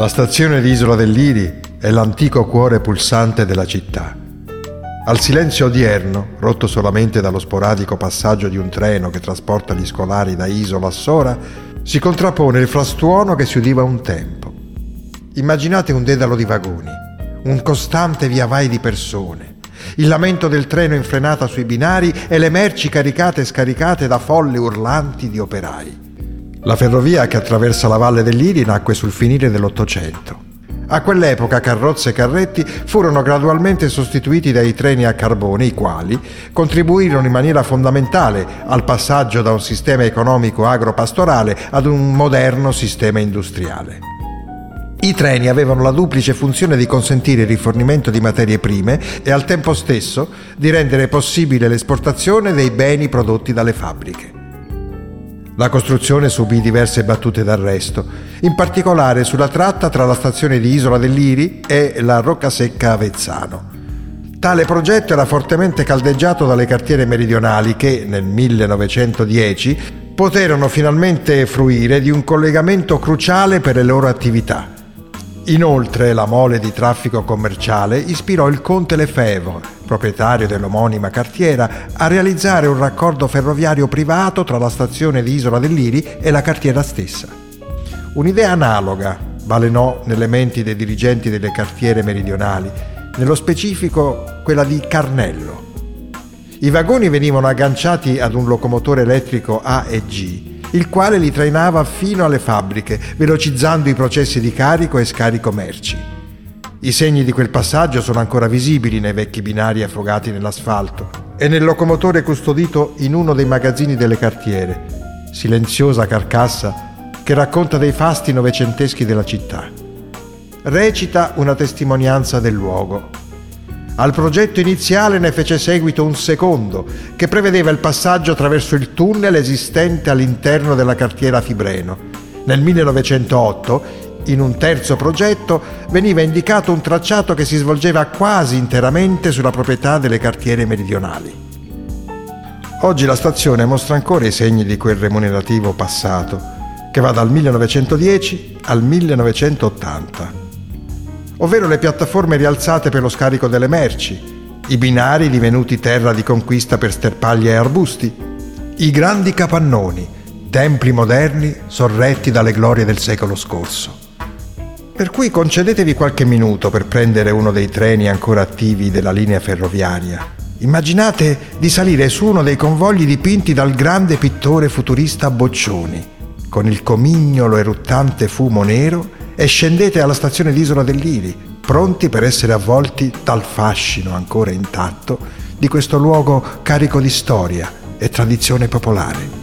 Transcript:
La stazione di Isola del Liri è l'antico cuore pulsante della città. Al silenzio odierno, rotto solamente dallo sporadico passaggio di un treno che trasporta gli scolari da Isola a Sora, si contrappone il frastuono che si udiva un tempo. Immaginate un dedalo di vagoni, un costante via vai di persone, il lamento del treno in frenata sui binari e le merci caricate e scaricate da folle urlanti di operai. La ferrovia che attraversa la Valle del Liri nacque sul finire dell'Ottocento. A quell'epoca carrozze e carretti furono gradualmente sostituiti dai treni a carbone, i quali contribuirono in maniera fondamentale al passaggio da un sistema economico agropastorale ad un moderno sistema industriale. I treni avevano la duplice funzione di consentire il rifornimento di materie prime e al tempo stesso di rendere possibile l'esportazione dei beni prodotti dalle fabbriche. La costruzione subì diverse battute d'arresto, in particolare sulla tratta tra la stazione di Isola del Liri e la Roccasecca Avezzano. Tale progetto era fortemente caldeggiato dalle cartiere meridionali che, nel 1910, poterono finalmente fruire di un collegamento cruciale per le loro attività. Inoltre, la mole di traffico commerciale ispirò il conte Lefebvre, proprietario dell'omonima cartiera, a realizzare un raccordo ferroviario privato tra la stazione di Isola del Liri e la cartiera stessa. Un'idea analoga balenò nelle menti dei dirigenti delle cartiere meridionali, nello specifico quella di Carnello. I vagoni venivano agganciati ad un locomotore elettrico A e G, il quale li trainava fino alle fabbriche, velocizzando i processi di carico e scarico merci. I segni di quel passaggio sono ancora visibili nei vecchi binari affogati nell'asfalto e nel locomotore custodito in uno dei magazzini delle cartiere, silenziosa carcassa che racconta dei fasti novecenteschi della città. Recita una testimonianza del luogo. Al progetto iniziale ne fece seguito un secondo, che prevedeva il passaggio attraverso il tunnel esistente all'interno della cartiera Fibreno. Nel 1908, in un terzo progetto, veniva indicato un tracciato che si svolgeva quasi interamente sulla proprietà delle cartiere meridionali. Oggi la stazione mostra ancora i segni di quel remunerativo passato, che va dal 1910 al 1980. Ovvero le piattaforme rialzate per lo scarico delle merci, i binari divenuti terra di conquista per sterpaglie e arbusti, i grandi capannoni, templi moderni sorretti dalle glorie del secolo scorso. Per cui concedetevi qualche minuto per prendere uno dei treni ancora attivi della linea ferroviaria. Immaginate di salire su uno dei convogli dipinti dal grande pittore futurista Boccioni, con il comignolo eruttante fumo nero, e scendete alla stazione di Isola del Liri, pronti per essere avvolti dal fascino ancora intatto di questo luogo carico di storia e tradizione popolare.